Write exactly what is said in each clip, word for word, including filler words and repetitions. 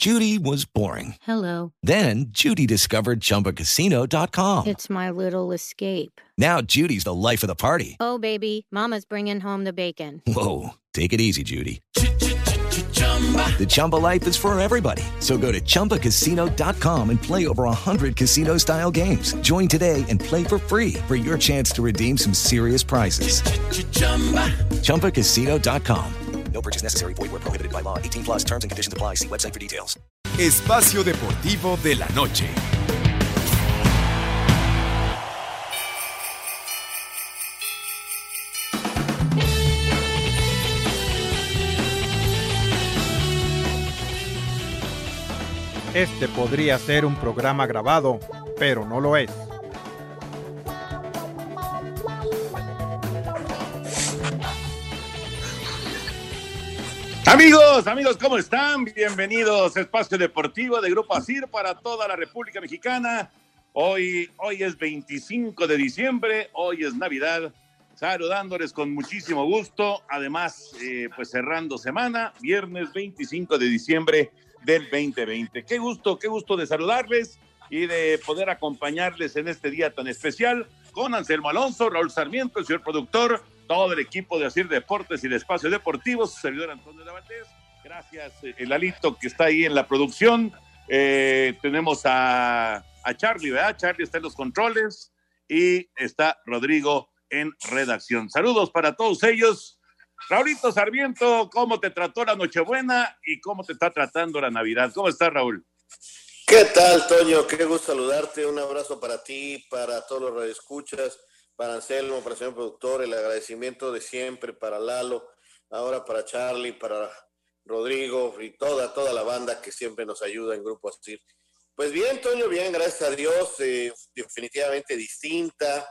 Judy was boring. Hello. Then Judy discovered Chumba Casino dot com. It's my little escape. Now Judy's the life of the party. Oh, baby, mama's bringing home the bacon. Whoa, take it easy, Judy. The Chumba life is for everybody. So go to Chumba Casino dot com and play over one hundred casino-style games. Join today and play for free for your chance to redeem some serious prizes. Chumba Casino dot com. No purchase necessary. Void where prohibited by law. eighteen plus terms and conditions apply. See website for details. Espacio Deportivo de la Noche. Este podría ser un programa grabado, pero no lo es. Amigos, amigos, ¿cómo están? Bienvenidos a Espacio Deportivo de Grupo ASIR para toda la República Mexicana. Hoy, hoy es veinticinco de diciembre, hoy es Navidad. Saludándoles con muchísimo gusto. Además, eh, pues cerrando semana, viernes veinticinco de diciembre del veinte veinte. Qué gusto, qué gusto de saludarles y de poder acompañarles en este día tan especial con Anselmo Alonso, Raúl Sarmiento, el señor productor, todo el equipo de ASIR Deportes y de Espacio Deportivo, su servidor Antonio de Valdés. Gracias, el Alito que está ahí en la producción. Eh, tenemos a, a Charlie, ¿verdad? Charlie está en los controles y está Rodrigo en redacción. Saludos para todos ellos. Raulito Sarmiento, ¿cómo te trató la Nochebuena y cómo te está tratando la Navidad? ¿Cómo estás, Raúl? ¿Qué tal, Toño? Qué gusto saludarte. Un abrazo para ti, para todos los radioescuchas, para Anselmo, para el señor productor, el agradecimiento de siempre para Lalo, ahora para Charlie, para Rodrigo y toda, toda la banda que siempre nos ayuda en Grupo ASIR. Pues bien, Toño, bien, gracias a Dios, eh, definitivamente distinta,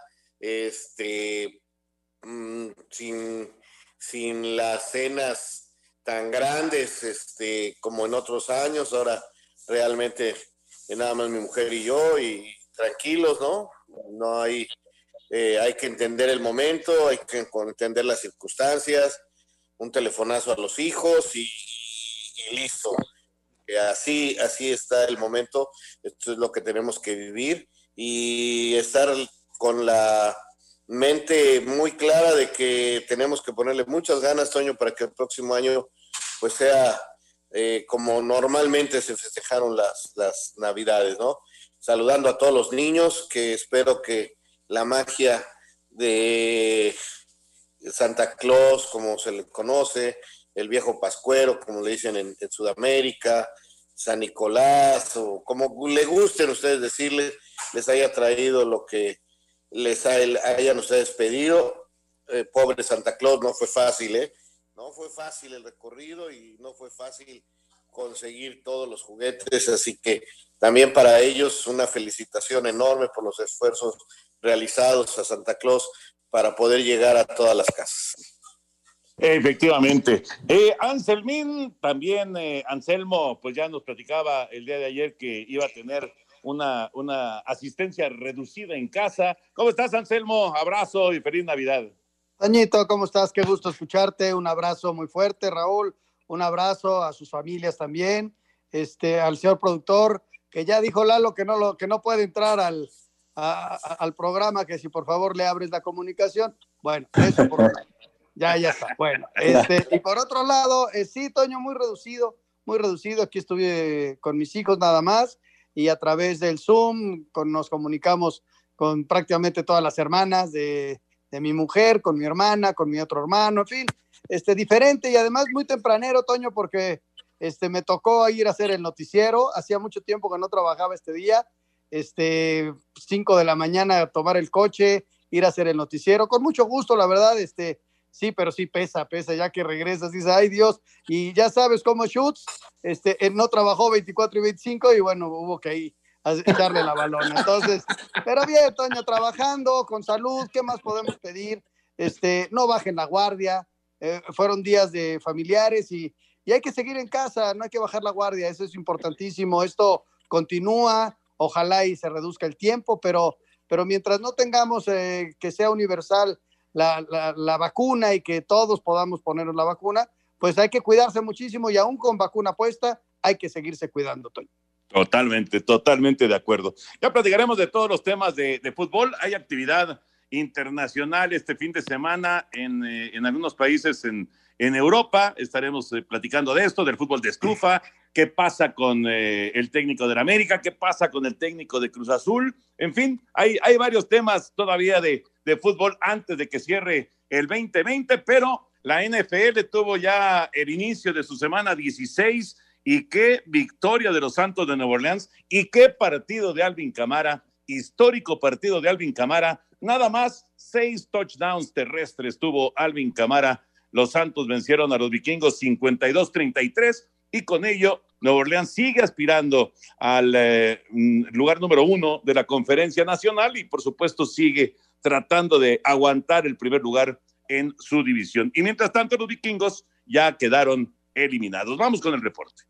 este, mmm, sin, sin las cenas tan grandes este, como en otros años. Ahora realmente nada más mi mujer y yo y tranquilos, ¿no? No hay... Eh, hay que entender el momento, hay que entender las circunstancias, un telefonazo a los hijos y, y listo. Eh, así, así está el momento, esto es lo que tenemos que vivir y estar con la mente muy clara de que tenemos que ponerle muchas ganas, Toño, para que el próximo año pues sea eh, como normalmente se festejaron las, las Navidades, ¿no? Saludando a todos los niños, que espero que la magia de Santa Claus, como se le conoce, el viejo pascuero, como le dicen en, en Sudamérica, San Nicolás, o como le gusten ustedes decirles, les haya traído lo que les hayan ustedes pedido. Eh, pobre Santa Claus, no fue fácil, ¿eh? No fue fácil el recorrido y no fue fácil conseguir todos los juguetes, así que también para ellos una felicitación enorme por los esfuerzos realizados a Santa Claus para poder llegar a todas las casas. Efectivamente. Eh, Anselmín, también eh, Anselmo, pues ya nos platicaba el día de ayer que iba a tener una, una asistencia reducida en casa. ¿Cómo estás, Anselmo? Abrazo y feliz Navidad. Toñito, ¿cómo estás? Qué gusto escucharte. Un abrazo muy fuerte, Raúl. Un abrazo a sus familias también. Este, al señor productor, que ya dijo Lalo que no, lo, que no puede entrar al A, a, al programa, que si por favor le abres la comunicación. Bueno, eso por ya, ya está. Bueno, este, y por otro lado, eh, sí, Toño, muy reducido, muy reducido. Aquí estuve con mis hijos nada más y a través del Zoom con, nos comunicamos con prácticamente todas las hermanas de, de mi mujer, con mi hermana, con mi otro hermano, en fin, este, diferente y además muy tempranero, Toño, porque este, me tocó ir a hacer el noticiero. Hacía mucho tiempo que no trabajaba este día. Este, cinco de la mañana tomar el coche, ir a hacer el noticiero, con mucho gusto, la verdad, este, sí, pero sí pesa, pesa, ya que regresas, dices, ay Dios, y ya sabes cómo Schutz, este, él no trabajó veinticuatro y veinticinco, y bueno, hubo que ir a echarle la balona, entonces, pero bien, Toño, trabajando, con salud, ¿qué más podemos pedir? Este, no bajen la guardia, eh, fueron días de familiares, y, y hay que seguir en casa, no hay que bajar la guardia, eso es importantísimo, esto continúa. Ojalá y se reduzca el tiempo, pero, pero mientras no tengamos eh, que sea universal la, la, la vacuna y que todos podamos ponernos la vacuna, pues hay que cuidarse muchísimo y aún con vacuna puesta, hay que seguirse cuidando, Toño. Totalmente, totalmente de acuerdo. Ya platicaremos de todos los temas de, de fútbol. Hay actividad internacional este fin de semana en, eh, en algunos países en, en Europa. Estaremos eh, platicando de esto, del fútbol de estufa, qué pasa con eh, el técnico de la América, qué pasa con el técnico de Cruz Azul. En fin, hay, hay varios temas todavía de, de fútbol antes de que cierre el veinte veinte, pero la N F L tuvo ya el inicio de su semana dieciséis. Y qué victoria de los Santos de Nueva Orleans y qué partido de Alvin Kamara, histórico partido de Alvin Kamara. Nada más seis touchdowns terrestres tuvo Alvin Kamara. Los Santos vencieron a los vikingos cincuenta y dos treinta y tres y con ello Nueva Orleans sigue aspirando al eh, lugar número uno de la Conferencia Nacional y por supuesto sigue tratando de aguantar el primer lugar en su división. Y mientras tanto los vikingos ya quedaron eliminados. Vamos con el reporte.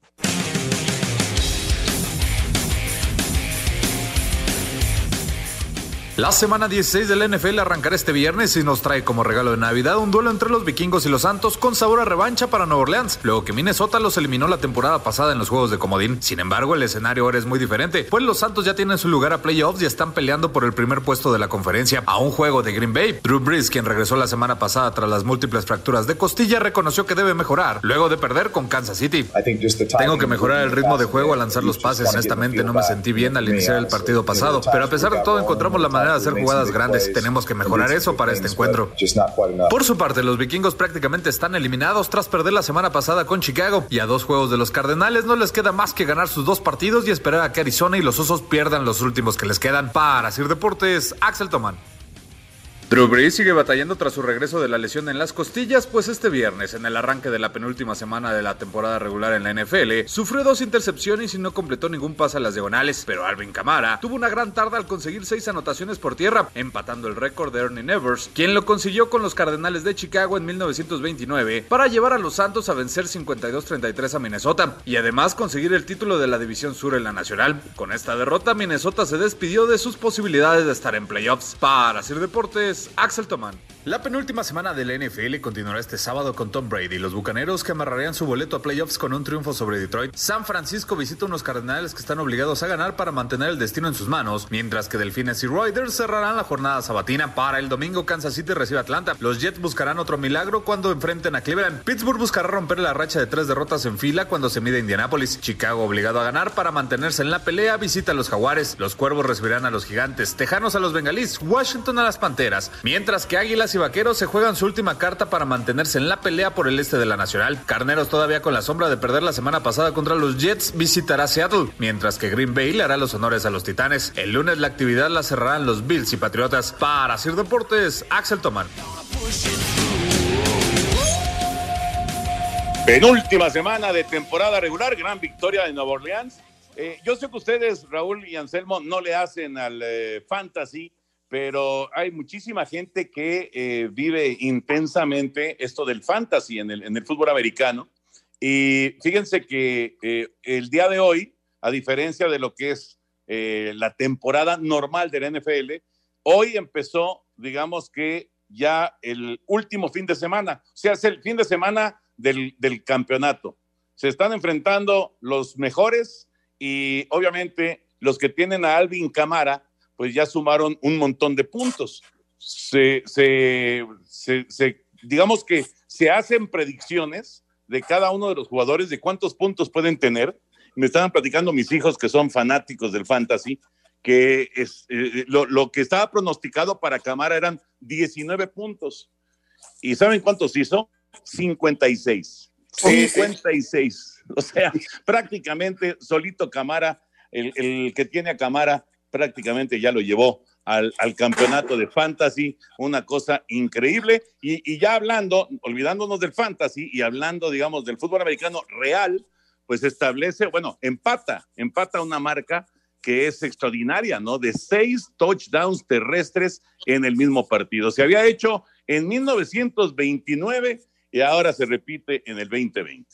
La semana dieciséis de la N F L arrancará este viernes y nos trae como regalo de Navidad un duelo entre los vikingos y los Santos con sabor a revancha para Nueva Orleans, luego que Minnesota los eliminó la temporada pasada en los juegos de comodín. Sin embargo, el escenario ahora es muy diferente, pues los Santos ya tienen su lugar a playoffs y están peleando por el primer puesto de la conferencia a un juego de Green Bay. Drew Brees, quien regresó la semana pasada tras las múltiples fracturas de costilla, reconoció que debe mejorar luego de perder con Kansas City. Tengo que mejorar el ritmo de juego al lanzar los pases. Honestamente no me sentí bien al iniciar el partido pasado, pero a pesar de todo encontramos la manera de hacer jugadas grandes. Tenemos que mejorar eso para este encuentro. Por su parte, los vikingos prácticamente están eliminados tras perder la semana pasada con Chicago, y a dos juegos de los Cardenales no les queda más que ganar sus dos partidos y esperar a que Arizona y los Osos pierdan los últimos que les quedan. Para Sir Deportes, Axel Tomán. Drew Brees sigue batallando tras su regreso de la lesión en las costillas, pues este viernes, en el arranque de la penúltima semana de la temporada regular en la N F L, sufrió dos intercepciones y no completó ningún pase a las diagonales, pero Alvin Kamara tuvo una gran tarde al conseguir seis anotaciones por tierra, empatando el récord de Ernie Nevers, quien lo consiguió con los Cardenales de Chicago en mil novecientos veintinueve para llevar a los Santos a vencer cincuenta y dos treinta y tres a Minnesota, y además conseguir el título de la División Sur en la Nacional. Con esta derrota, Minnesota se despidió de sus posibilidades de estar en playoffs. Para Sir Deportes, Axel Tomán. La penúltima semana de la N F L continuará este sábado con Tom Brady y los Bucaneros, que amarrarían su boleto a playoffs con un triunfo sobre Detroit. San Francisco visita unos Cardenales que están obligados a ganar para mantener el destino en sus manos, mientras que Delfines y Raiders cerrarán la jornada sabatina. Para el domingo, Kansas City recibe a Atlanta. Los Jets buscarán otro milagro cuando enfrenten a Cleveland. Pittsburgh buscará romper la racha de tres derrotas en fila cuando se mide a Indianapolis. Chicago, obligado a ganar para mantenerse en la pelea, visita a los Jaguares. Los Cuervos recibirán a los Gigantes. Tejanos a los Bengalís. Washington a las Panteras. Mientras que Águilas y Vaqueros se juegan su última carta para mantenerse en la pelea por el este de la Nacional. Carneros, todavía con la sombra de perder la semana pasada contra los Jets, visitará Seattle, mientras que Green Bay le hará los honores a los Titanes. El lunes la actividad la cerrarán los Bills y Patriotas. Para Sir Deportes, Axel Tomán. Penúltima semana de temporada regular, gran victoria de Nueva Orleans. Eh, yo sé que ustedes, Raúl y Anselmo, no le hacen al eh, fantasy, pero hay muchísima gente que eh, vive intensamente esto del fantasy en el, en el fútbol americano. Y fíjense que eh, el día de hoy, a diferencia de lo que es eh, la temporada normal de la N F L, hoy empezó, digamos que ya el último fin de semana, o sea, es el fin de semana del, del campeonato. Se están enfrentando los mejores y obviamente los que tienen a Alvin Kamara, pues ya sumaron un montón de puntos. Se, se, se, se, digamos que se hacen predicciones de cada uno de los jugadores de cuántos puntos pueden tener. Me estaban platicando mis hijos que son fanáticos del fantasy, que es, eh, lo, lo que estaba pronosticado para Kamara eran diecinueve puntos. ¿Y saben cuántos hizo? cincuenta y seis. Sí, cincuenta y seis. Sí. O sea, prácticamente solito Kamara, el, el que tiene a Kamara, prácticamente ya lo llevó al, al campeonato de fantasy, una cosa increíble. Y, y ya hablando, olvidándonos del fantasy y hablando, digamos, del fútbol americano real, pues establece, bueno, empata, empata una marca que es extraordinaria, ¿no? De seis touchdowns terrestres en el mismo partido. Se había hecho en mil novecientos veintinueve y ahora se repite en el veinte veinte.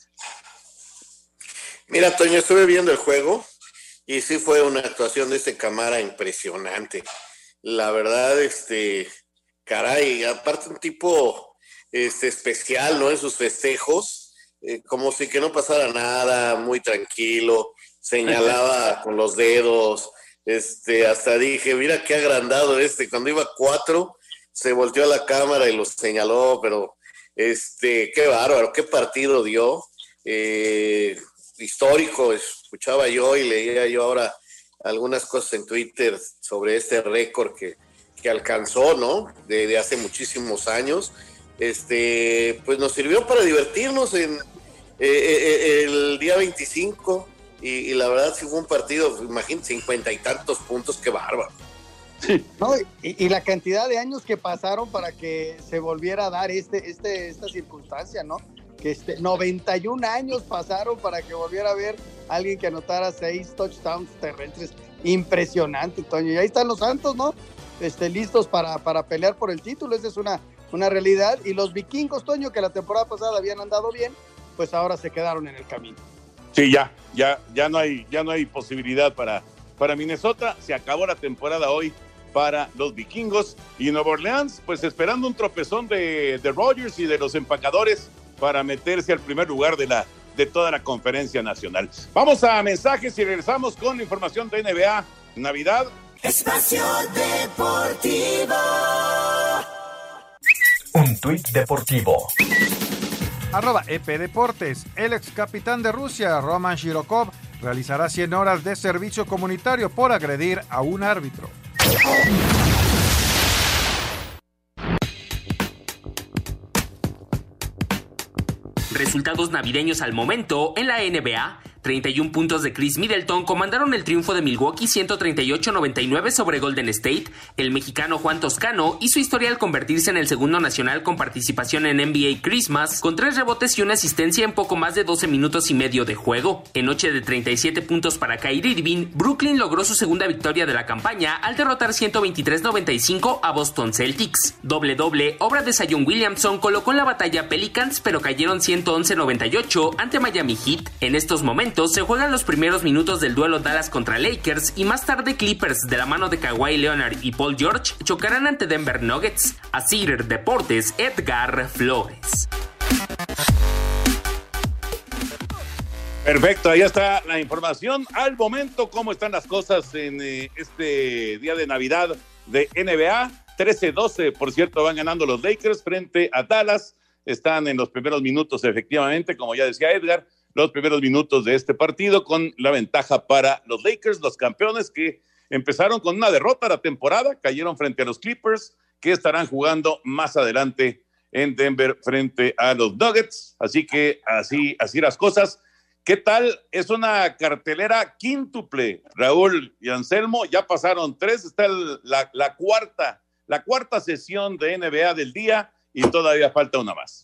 Mira, Toño, estuve viendo el juego y sí fue una actuación de este Kamara impresionante. La verdad, este, caray, aparte un tipo este, especial, ¿no? En sus festejos, eh, como si que no pasara nada, muy tranquilo, señalaba con los dedos, este, hasta dije, mira qué agrandado este, cuando iba cuatro, se volteó a la cámara y los señaló, pero este, qué bárbaro, qué partido dio, eh, histórico, escuchaba yo y leía yo ahora algunas cosas en Twitter sobre este récord que, que alcanzó, ¿no? De, de hace muchísimos años. Este, pues nos sirvió para divertirnos en eh, eh, el día veinticinco y, y la verdad sí fue un partido, imagínate, cincuenta y tantos puntos, qué bárbaro. No, y, y la cantidad de años que pasaron para que se volviera a dar este, este, esta circunstancia, ¿no? Que este, noventa y un años pasaron para que volviera a ver a alguien que anotara seis touchdowns terrestres. Impresionante, Toño. Y ahí están los Santos, ¿no? Este, listos para, para pelear por el título. Esa es una, una realidad. Y los vikingos, Toño, que la temporada pasada habían andado bien, pues ahora se quedaron en el camino. Sí, ya, ya, ya no hay, ya no hay posibilidad para, para Minnesota. Se acabó la temporada hoy para los vikingos. Y Nueva Orleans, pues esperando un tropezón de, de Rodgers y de los empacadores para meterse al primer lugar de la de toda la conferencia nacional. Vamos a mensajes y regresamos con información de N B A Navidad. Espacio Deportivo. Un tuit deportivo. Arroba E P Deportes. El ex capitán de Rusia, Roman Shirokov, realizará cien horas de servicio comunitario por agredir a un árbitro. Resultados navideños al momento en la N B A. treinta y un puntos de Chris Middleton comandaron el triunfo de Milwaukee ciento treinta y ocho a noventa y nueve sobre Golden State. El mexicano Juan Toscano hizo historia al convertirse en el segundo nacional con participación en N B A Christmas, con tres rebotes y una asistencia en poco más de doce minutos y medio de juego. En noche de treinta y siete puntos para Kyrie Irving, Brooklyn logró su segunda victoria de la campaña al derrotar ciento veintitrés a noventa y cinco a Boston Celtics. Doble doble, obra de Zion Williamson, colocó en la batalla Pelicans, pero cayeron ciento once a noventa y ocho ante Miami Heat. En estos momentos se juegan los primeros minutos del duelo Dallas contra Lakers y más tarde Clippers de la mano de Kawhi Leonard y Paul George chocarán ante Denver Nuggets. Asir Deportes, Edgar Flores. Perfecto, ahí está la información. Al momento, cómo están las cosas en eh, este día de Navidad de N B A. trece doce, por cierto, van ganando los Lakers frente a Dallas. Están en los primeros minutos, efectivamente, como ya decía Edgar, los primeros minutos de este partido con la ventaja para los Lakers, los campeones que empezaron con una derrota la temporada, cayeron frente a los Clippers, que estarán jugando más adelante en Denver frente a los Nuggets. Así que así, así las cosas. ¿Qué tal? Es una cartelera quíntuple, Raúl y Anselmo. Ya pasaron tres, está el, la, la cuarta, la cuarta sesión de N B A del día y todavía falta una más.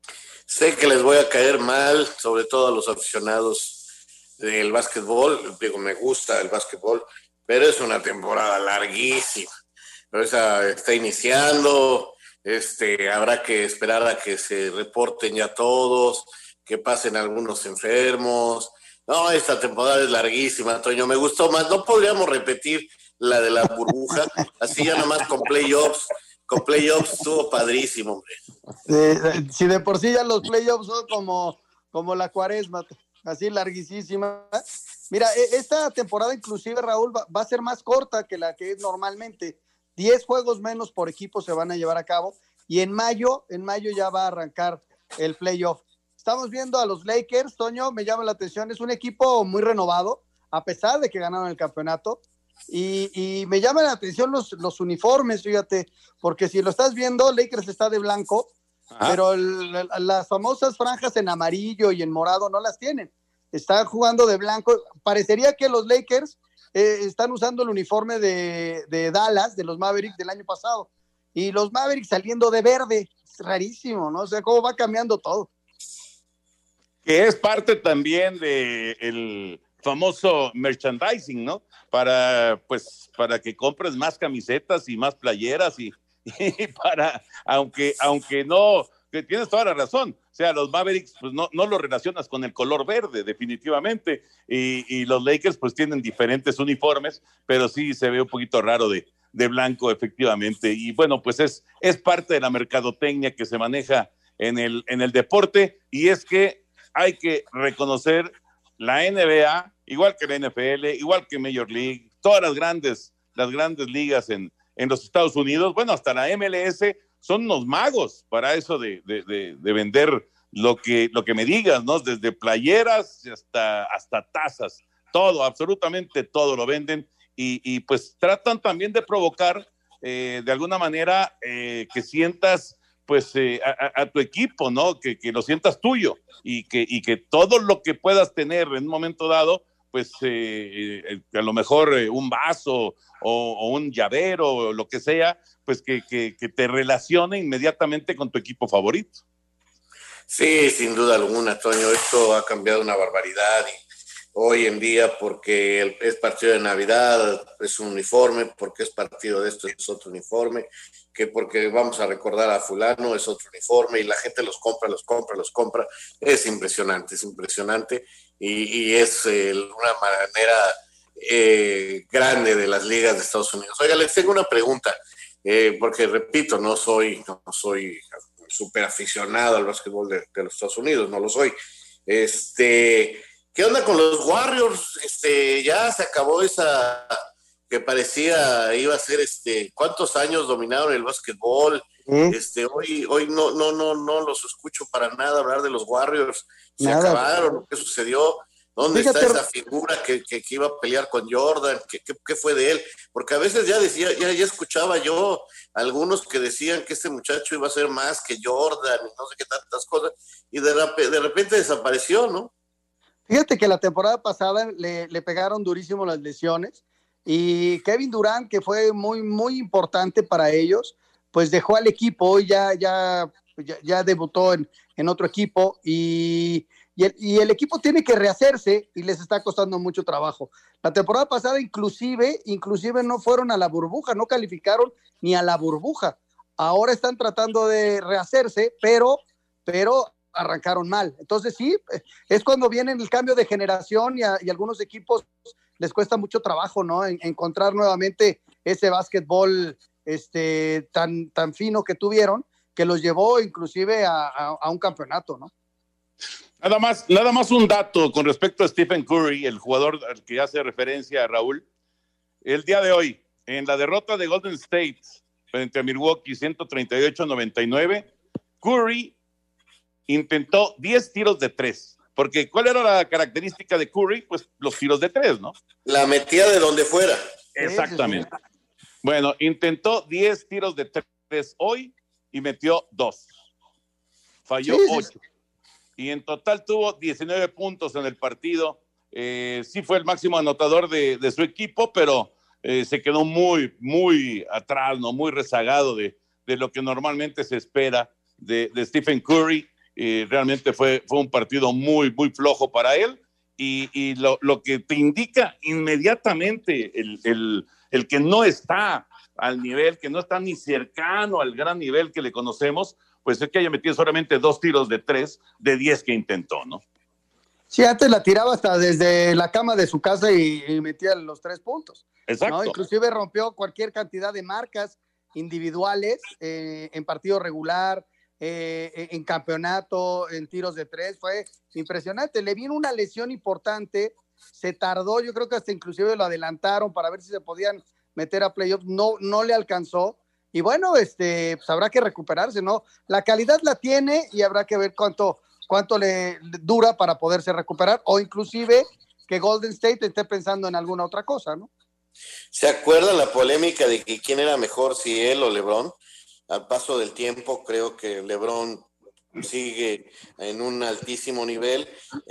Sé que les voy a caer mal, sobre todo a los aficionados del básquetbol. Digo, me gusta el básquetbol, pero es una temporada larguísima. O sea, está iniciando, este, habrá que esperar a que se reporten ya todos, que pasen algunos enfermos. No, esta temporada es larguísima, Toño. Me gustó más. No podríamos repetir la de la burbuja, así ya nomás con playoffs. Con playoffs estuvo padrísimo, hombre. Eh, si de por sí ya los playoffs son como, como la cuaresma, así larguísima. Mira, esta temporada inclusive, Raúl, va, va a ser más corta que la que es normalmente. Diez juegos menos por equipo se van a llevar a cabo y en mayo, en mayo ya va a arrancar el playoff. Estamos viendo a los Lakers, Toño, me llama la atención, es un equipo muy renovado, a pesar de que ganaron el campeonato. Y, y me llama la atención los, los uniformes, fíjate, porque si lo estás viendo, Lakers está de blanco, Ajá. pero el, las famosas franjas en amarillo y en morado no las tienen, están jugando de blanco. Parecería que los Lakers eh, están usando el uniforme de, de Dallas, de los Mavericks del año pasado, y los Mavericks saliendo de verde, es rarísimo, ¿no? O sea, cómo va cambiando todo. Que es parte también de el famoso merchandising, ¿no? Para, pues, para que compres más camisetas y más playeras y, y para, aunque, aunque no, que tienes toda la razón, o sea, los Mavericks, pues no, no lo relacionas con el color verde, definitivamente, y, y los Lakers, pues tienen diferentes uniformes, pero sí se ve un poquito raro de, de blanco, efectivamente, y bueno, pues es, es parte de la mercadotecnia que se maneja en el, en el deporte, y es que hay que reconocer la N B A, igual que la N F L, igual que Major League, todas las grandes, las grandes ligas en, en los Estados Unidos, bueno, hasta la M L S, son unos magos para eso de, de, de, de vender lo que, lo que me digas, ¿no? Desde playeras hasta, hasta tazas, todo, absolutamente todo lo venden y, y pues tratan también de provocar eh, de alguna manera eh, que sientas pues eh, a, a tu equipo, ¿no? Que, que lo sientas tuyo y que, y que todo lo que puedas tener en un momento dado, pues eh, eh, a lo mejor eh, un vaso o, o un llavero o lo que sea, pues que, que, que te relacione inmediatamente con tu equipo favorito. Sí, sin duda alguna, Toño, esto ha cambiado una barbaridad y hoy en día porque es partido de Navidad, es un uniforme, porque es partido de esto es otro uniforme, que porque vamos a recordar a fulano es otro uniforme y la gente los compra, los compra, los compra. Es impresionante, es impresionante y, y es eh, una manera eh, grande de las ligas de Estados Unidos. Oiga, les tengo una pregunta, eh, porque repito, no soy, no soy súper aficionado al básquetbol de, de los Estados Unidos, no lo soy. Este... ¿Qué onda con los Warriors? Este, ya se acabó esa que parecía iba a ser este, ¿cuántos años dominaron el básquetbol? ¿Mm? Este, hoy, hoy no, no, no, no los escucho para nada hablar de los Warriors. Se nada. acabaron, ¿qué sucedió? ¿Dónde Fíjate. está esa figura que, que, que iba a pelear con Jordan? ¿Qué, qué, ¿Qué fue de él? Porque a veces ya decía, ya, ya escuchaba yo algunos que decían que este muchacho iba a ser más que Jordan y no sé qué tantas cosas, y de, de repente desapareció, ¿no? Fíjate que la temporada pasada le, le pegaron durísimo las lesiones y Kevin Durant, que fue muy, muy importante para ellos, pues dejó al equipo, hoy ya, ya, ya, ya debutó en, en otro equipo y, y, el, y el equipo tiene que rehacerse y les está costando mucho trabajo. La temporada pasada inclusive, inclusive no fueron a la burbuja, no calificaron ni a la burbuja. Ahora están tratando de rehacerse, pero, pero arrancaron mal. Entonces sí, es cuando viene el cambio de generación y a y algunos equipos les cuesta mucho trabajo, ¿no? En, encontrar nuevamente ese básquetbol este, tan, tan fino que tuvieron, que los llevó inclusive a, a, a un campeonato, ¿no? Nada más, nada más un dato con respecto a Stephen Curry, el jugador al que hace referencia a Raúl. El día de hoy, en la derrota de Golden State frente a Milwaukee ciento treinta y ocho a noventa y nueve, Curry intentó diez tiros de tres, porque ¿cuál era la característica de Curry? Pues los tiros de tres, ¿no? La metía de donde fuera. Exactamente. Bueno, intentó diez tiros de tres hoy y metió dos. Falló sí, ocho. Sí. Y en total tuvo diecinueve puntos en el partido. Eh, sí fue el máximo anotador de, de su equipo, pero eh, se quedó muy, muy atrás, ¿no? Muy rezagado de, de lo que normalmente se espera de, de Stephen Curry. Y realmente fue, fue un partido muy, muy flojo para él y, y lo, lo que te indica inmediatamente el, el, el que no está al nivel, que no está ni cercano al gran nivel que le conocemos, pues es que haya metido solamente dos tiros de tres de diez que intentó, ¿no? Sí, antes la tiraba hasta desde la cama de su casa y, y metía los tres puntos. Exacto. ¿No? Inclusive rompió cualquier cantidad de marcas individuales eh, en partido regular, Eh, en campeonato, en tiros de tres, fue impresionante. Le vino una lesión importante, se tardó, yo creo que hasta inclusive lo adelantaron para ver si se podían meter a playoffs, no, no le alcanzó, y bueno, este, pues habrá que recuperarse, ¿no? La calidad la tiene y habrá que ver cuánto, cuánto le dura para poderse recuperar, o inclusive que Golden State esté pensando en alguna otra cosa, ¿no? ¿Se acuerdan la polémica de que quién era mejor, si él o LeBron? Al paso del tiempo, creo que LeBron sigue en un altísimo nivel.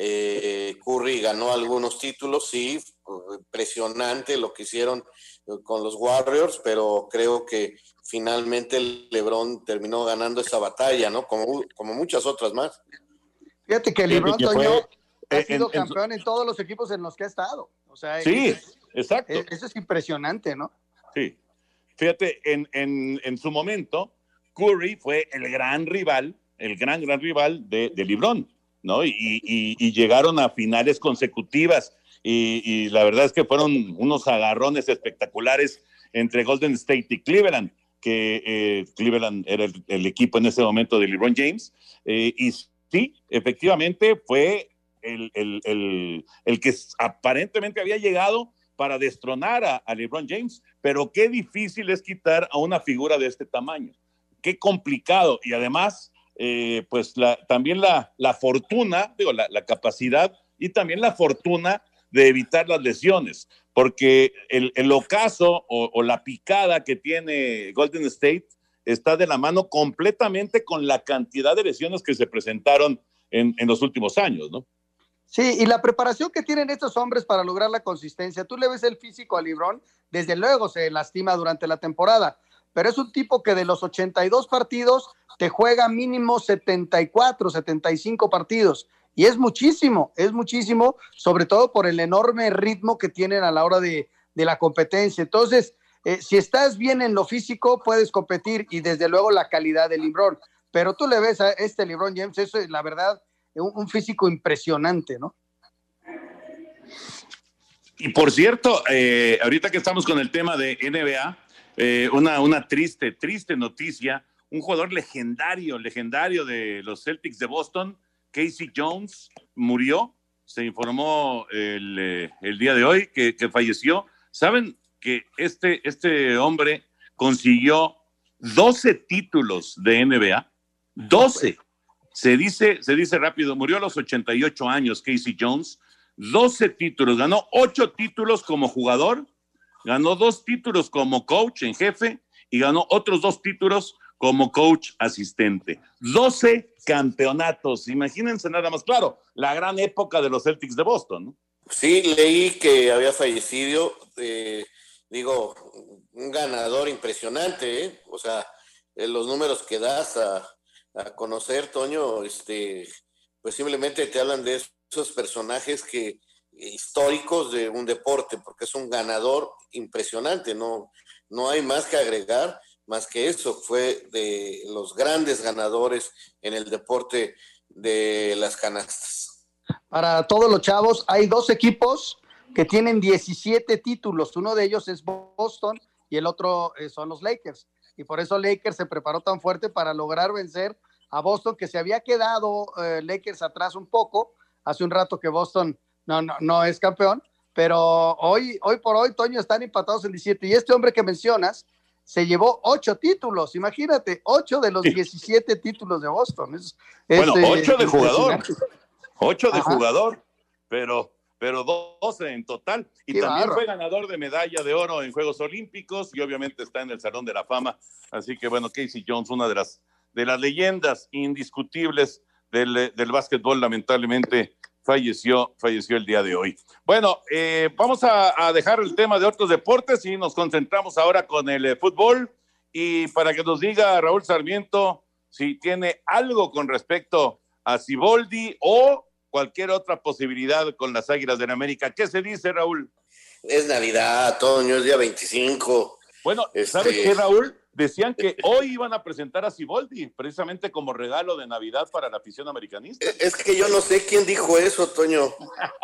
Eh, Curry ganó algunos títulos, sí, impresionante lo que hicieron con los Warriors, pero creo que finalmente LeBron terminó ganando esa batalla, ¿no? Como, como muchas otras más. Fíjate que LeBron, sí, Toño, fue, ha sido en, campeón en, en todos los equipos en los que ha estado. O sea, sí, es, exacto. Es, eso es impresionante, ¿no? Sí. Fíjate, en, en, en su momento, Curry fue el gran rival, el gran, gran rival de, de LeBron, ¿no? Y, y, y llegaron a finales consecutivas y, y la verdad es que fueron unos agarrones espectaculares entre Golden State y Cleveland, que eh, Cleveland era el, el equipo en ese momento de LeBron James, eh, y sí, efectivamente fue el, el, el, el que aparentemente había llegado para destronar a, a LeBron James, pero qué difícil es quitar a una figura de este tamaño, qué complicado, y además, eh, pues la, también la, la fortuna, digo, la, la capacidad y también la fortuna de evitar las lesiones, porque el, el ocaso o, o la picada que tiene Golden State está de la mano completamente con la cantidad de lesiones que se presentaron en, en los últimos años, ¿no? Sí, y la preparación que tienen estos hombres para lograr la consistencia. Tú le ves el físico a LeBron, desde luego se lastima durante la temporada, pero es un tipo que de los ochenta y dos partidos te juega mínimo setenta y cuatro, setenta y cinco partidos, y es muchísimo, es muchísimo, sobre todo por el enorme ritmo que tienen a la hora de, de la competencia. Entonces, eh, si estás bien en lo físico, puedes competir, y desde luego la calidad de LeBron, pero tú le ves a este LeBron James, eso es la verdad, un, un físico impresionante, ¿no? Y por cierto, eh, ahorita que estamos con el tema de N B A, eh, una, una triste, triste noticia, un jugador legendario, legendario de los Celtics de Boston, Casey Jones, murió, se informó el, eh, el día de hoy que, que falleció. ¿Saben que este, este hombre consiguió doce títulos de N B A? doce. Se dice, se dice rápido, murió a los ochenta y ocho años Casey Jones, doce títulos, ganó ocho títulos como jugador, ganó dos títulos como coach en jefe y ganó otros dos títulos como coach asistente. doce campeonatos, imagínense nada más. Claro, la gran época de los Celtics de Boston, ¿no? Sí, leí que había fallecido, eh, digo, un ganador impresionante, ¿eh? O sea, eh, los números que das a, a conocer, Toño, este, pues simplemente te hablan de esos personajes que históricos de un deporte, porque es un ganador impresionante, no, no hay más que agregar, más que eso, fue de los grandes ganadores en el deporte de las canastas. Para todos los chavos, hay dos equipos que tienen diecisiete títulos, uno de ellos es Boston y el otro son los Lakers, y por eso Lakers se preparó tan fuerte para lograr vencer a Boston, que se había quedado eh, Lakers atrás un poco, hace un rato que Boston no, no, no es campeón, pero hoy, hoy por hoy, Toño, están empatados en diecisiete, y este hombre que mencionas se llevó ocho títulos, imagínate, ocho de los diecisiete títulos de Boston. Es, bueno, es, ocho eh, de jugador, ocho de Ajá. jugador, pero, pero doce en total, y Qué también barro. fue ganador de medalla de oro en Juegos Olímpicos, y obviamente está en el Salón de la Fama, así que bueno, Casey Jones, una de las, de las leyendas indiscutibles del, del básquetbol, lamentablemente falleció, falleció el día de hoy. Bueno, eh, vamos a, a dejar el tema de otros deportes y nos concentramos ahora con el eh, fútbol, y para que nos diga Raúl Sarmiento si tiene algo con respecto a Siboldi o cualquier otra posibilidad con las Águilas del América. ¿Qué se dice, Raúl? Es Navidad, Toño, es día veinticinco. Bueno, Este- ¿sabes qué, Raúl? Decían que hoy iban a presentar a Siboldi, precisamente como regalo de Navidad para la afición americanista. Es que yo no sé quién dijo eso, Toño.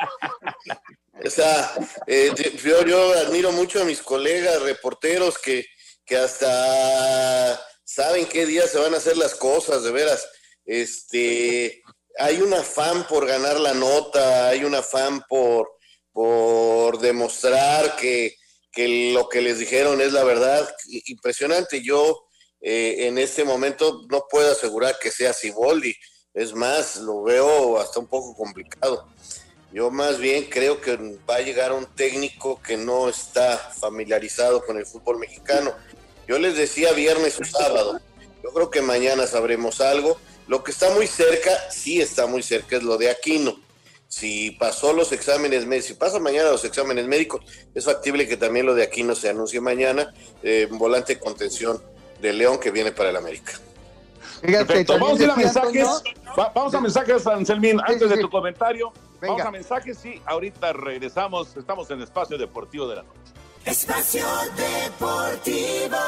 O sea, eh, yo, yo admiro mucho a mis colegas reporteros que, que hasta saben qué día se van a hacer las cosas, de veras. Este, hay un afán por ganar la nota, hay un afán por, por demostrar que, que lo que les dijeron es la verdad. Impresionante. Yo eh, en este momento no puedo asegurar que sea Siboldi. Es más, lo veo hasta un poco complicado. Yo más bien creo que va a llegar un técnico que no está familiarizado con el fútbol mexicano. Yo les decía viernes o sábado. Yo creo que mañana sabremos algo. Lo que está muy cerca, sí está muy cerca, es lo de Aquino. Si pasó los exámenes médicos, si pasa mañana los exámenes médicos, es factible que también lo de Aquino se anuncie mañana. Eh, volante de contención de León que viene para el América. Fíjate, Perfecto, también vamos a ir a decía mensajes. Antonio- Va- vamos a mensajes, Anselmín, antes sí, de sí. tu comentario. Venga. Vamos a mensajes, sí, ahorita regresamos. Estamos en Espacio Deportivo de la Noche. Espacio Deportivo.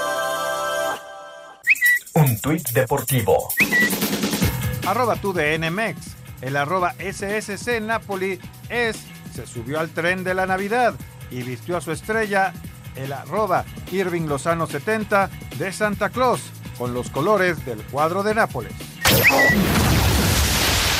Un tuit deportivo. Arroba tu D N Mex. El arroba S S C Napoli es, se subió al tren de la Navidad y vistió a su estrella, el arroba Irving Lozano setenta de Santa Claus, con los colores del cuadro de Nápoles.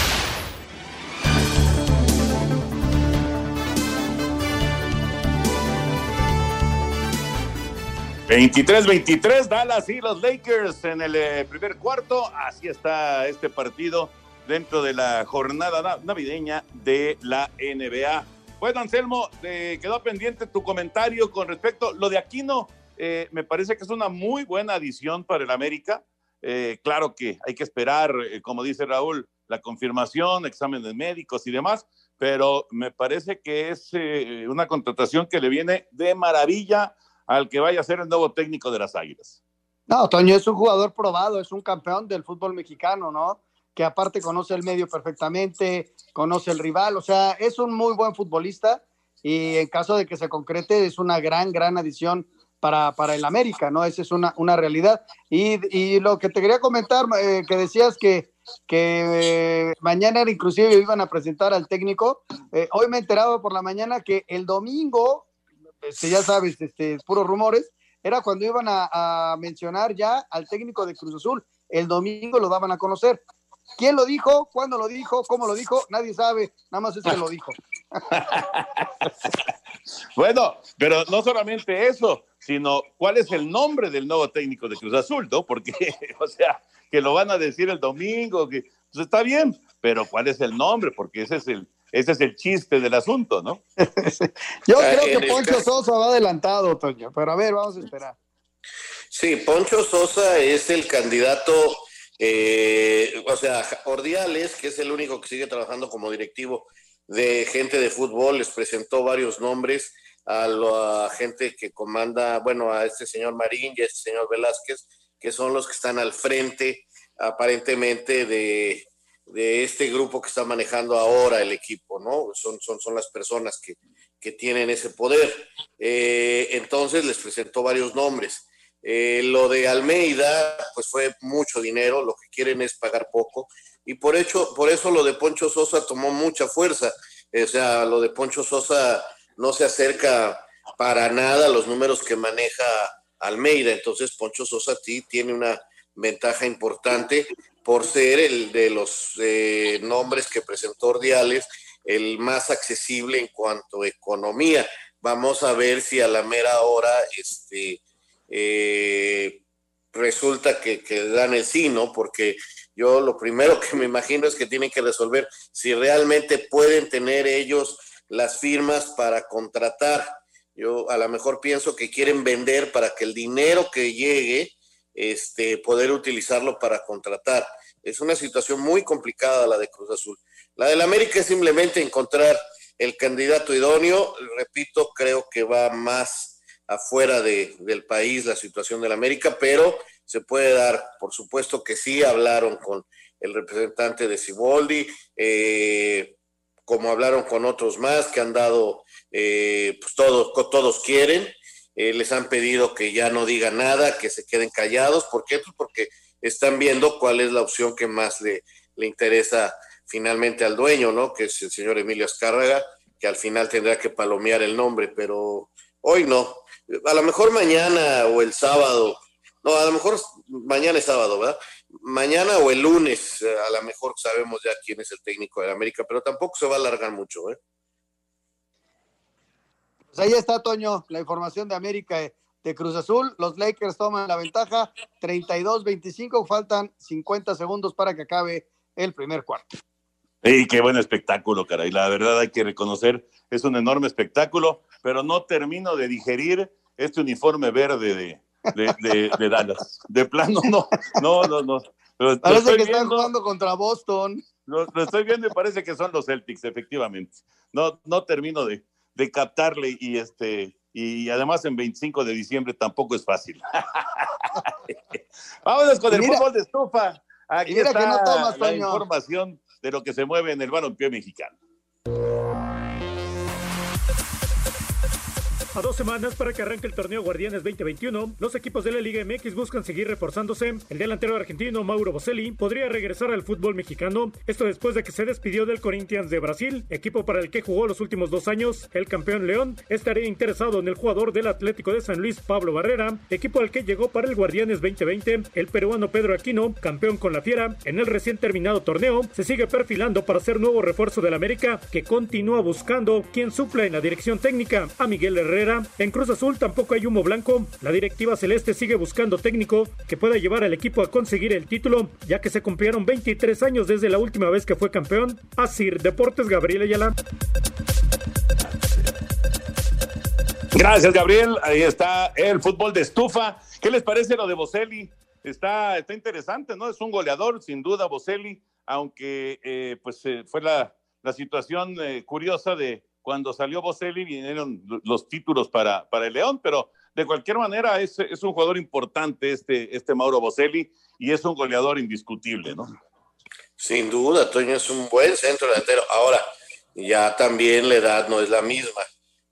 veintitrés veintitrés, Dallas y los Lakers en el eh, primer cuarto. Así está este partido dentro de la jornada navideña de la N B A. Bueno, Anselmo, eh, quedó pendiente tu comentario con respecto a lo de Aquino. Eh, me parece que es una muy buena adición para el América. Eh, claro que hay que esperar, eh, como dice Raúl, la confirmación, exámenes médicos y demás, pero me parece que es eh, una contratación que le viene de maravilla al que vaya a ser el nuevo técnico de las Águilas. No, Toño es un jugador probado, es un campeón del fútbol mexicano, ¿no? Que aparte conoce el medio perfectamente, conoce el rival, o sea, es un muy buen futbolista y en caso de que se concrete es una gran, gran adición para, para el América, ¿no? Esa es una, una realidad. Y, y lo que te quería comentar, eh, que decías que, que eh, mañana inclusive iban a presentar al técnico, eh, hoy me he enterado por la mañana que el domingo, este, ya sabes, este, puros rumores, era cuando iban a, a mencionar ya al técnico de Cruz Azul. El domingo lo daban a conocer. ¿Quién lo dijo? ¿Cuándo lo dijo? ¿Cómo lo dijo? Nadie sabe, nada más es que lo dijo. Bueno, pero no solamente eso, sino cuál es el nombre del nuevo técnico de Cruz Azul, ¿no? Porque, o sea, que lo van a decir el domingo, que pues está bien, pero ¿cuál es el nombre? Porque ese es el Ese es el chiste del asunto, ¿no? Yo creo que Poncho Sosa va adelantado, Toño, pero a ver, vamos a esperar. Sí, Poncho Sosa es el candidato, eh, o sea, Ordiales, que es el único que sigue trabajando como directivo de gente de fútbol, les presentó varios nombres a la gente que comanda, bueno, a este señor Marín y a este señor Velázquez, que son los que están al frente, aparentemente, de... de este grupo que está manejando ahora el equipo, ¿no? Son, son, son las personas que, que tienen ese poder. Eh, entonces les presentó varios nombres. Eh, lo de Almeida, pues fue mucho dinero, lo que quieren es pagar poco, y por, hecho, por eso lo de Poncho Sosa tomó mucha fuerza. O sea, lo de Poncho Sosa no se acerca para nada a los números que maneja Almeida, entonces Poncho Sosa sí tiene una ventaja importante por ser el de los eh, nombres que presentó Ordiales, el más accesible en cuanto a economía. Vamos a ver si a la mera hora este, eh, resulta que, que dan el sí, ¿no? Porque yo lo primero que me imagino es que tienen que resolver si realmente pueden tener ellos las firmas para contratar. Yo a lo mejor pienso que quieren vender para que el dinero que llegue, este, poder utilizarlo para contratar. Es una situación muy complicada la de Cruz Azul. La del América es simplemente encontrar el candidato idóneo. Repito, creo que va más afuera de, del país la situación del América, pero se puede dar, por supuesto que sí, hablaron con el representante de Siboldi, eh, como hablaron con otros más que han dado, eh, pues todos, todos quieren, eh, les han pedido que ya no digan nada, que se queden callados. ¿Por qué? Pues porque están viendo cuál es la opción que más le, le interesa finalmente al dueño, ¿no? Que es el señor Emilio Azcárraga, que al final tendrá que palomear el nombre, pero hoy no. A lo mejor mañana o el sábado, no, a lo mejor mañana es sábado, ¿verdad? Mañana o el lunes, a lo mejor sabemos ya quién es el técnico de la América, pero tampoco se va a alargar mucho, ¿eh? Pues ahí está, Toño, la información de América de Cruz Azul. Los Lakers toman la ventaja, treinta y dos veinticinco, faltan cincuenta segundos para que acabe el primer cuarto. ¡Ey, qué buen espectáculo, caray! La verdad hay que reconocer, es un enorme espectáculo, pero no termino de digerir este uniforme verde de, de, de, de Dallas. De plano, no, no, no, no. Lo, parece lo que viendo, están jugando contra Boston. Lo, lo estoy viendo y parece que son los Celtics, efectivamente. No, no termino de, de captarle y este... y además en veinticinco de diciembre tampoco es fácil. Vámonos con el mira, fútbol de estufa. Aquí mira está que no tomas, la Toño. información de lo que se mueve en el balompié mexicano. A dos semanas para que arranque el torneo Guardianes veinte veintiuno, los equipos de la Liga M X buscan seguir reforzándose. El delantero argentino Mauro Boselli podría regresar al fútbol mexicano, esto después de que se despidió del Corinthians de Brasil, equipo para el que jugó los últimos dos años. El campeón León estaría interesado en el jugador del Atlético de San Luis, Pablo Barrera, equipo al que llegó para el Guardianes veinte veinte. El peruano Pedro Aquino, campeón con la Fiera en el recién terminado torneo, se sigue perfilando para ser nuevo refuerzo del América, que continúa buscando quien supla en la dirección técnica a Miguel Herrera. Herrera. En Cruz Azul tampoco hay humo blanco. La directiva celeste sigue buscando técnico que pueda llevar al equipo a conseguir el título, ya que se cumplieron veintitrés años desde la última vez que fue campeón. Asir Deportes, Gabriel Ayala. Gracias, Gabriel. Ahí está el fútbol de estufa. ¿Qué les parece lo de Boselli? Está, está interesante, ¿no? Es un goleador, sin duda, Boselli, aunque eh, pues eh, fue la, la situación eh, curiosa de cuando salió Boselli, vinieron los títulos para, para el León, pero de cualquier manera es, es un jugador importante este, este Mauro Boselli y es un goleador indiscutible, ¿no? Sin duda, Toño es un buen centro delantero. Ahora, ya también la edad no es la misma.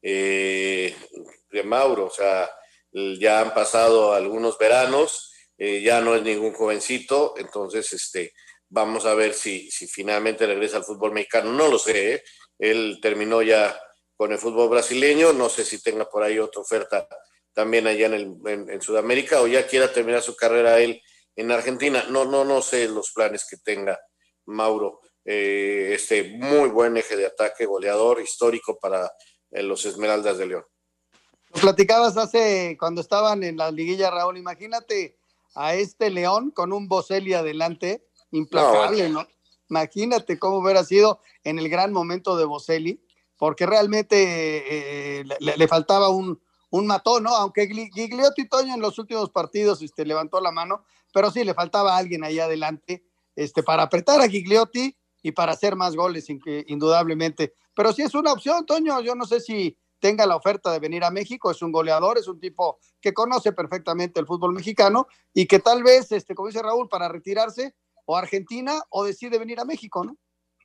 Eh, de Mauro, o sea, ya han pasado algunos veranos, eh, ya no es ningún jovencito, entonces este, vamos a ver si, si finalmente regresa al fútbol mexicano, no lo sé, ¿eh? Él terminó ya con el fútbol brasileño, no sé si tenga por ahí otra oferta también allá en, el, en, en Sudamérica o ya quiera terminar su carrera él en Argentina, no, no, no sé los planes que tenga Mauro, eh, este muy buen eje de ataque, goleador histórico para en los Esmeraldas de León. Lo platicabas hace, cuando estaban en la liguilla, Raúl, imagínate a este León con un Boselli adelante, implacable, ¿no? ¿no? Imagínate cómo hubiera sido en el gran momento de Boselli, porque realmente eh, le, le faltaba un, un matón, ¿no? Aunque Gigliotti, Toño, en los últimos partidos este, levantó la mano, pero sí le faltaba alguien ahí adelante este, para apretar a Gigliotti y para hacer más goles, indudablemente. Pero sí es una opción, Toño, yo no sé si tenga la oferta de venir a México, es un goleador, es un tipo que conoce perfectamente el fútbol mexicano y que tal vez, este, como dice Raúl, para retirarse o a Argentina o decide venir a México, ¿no?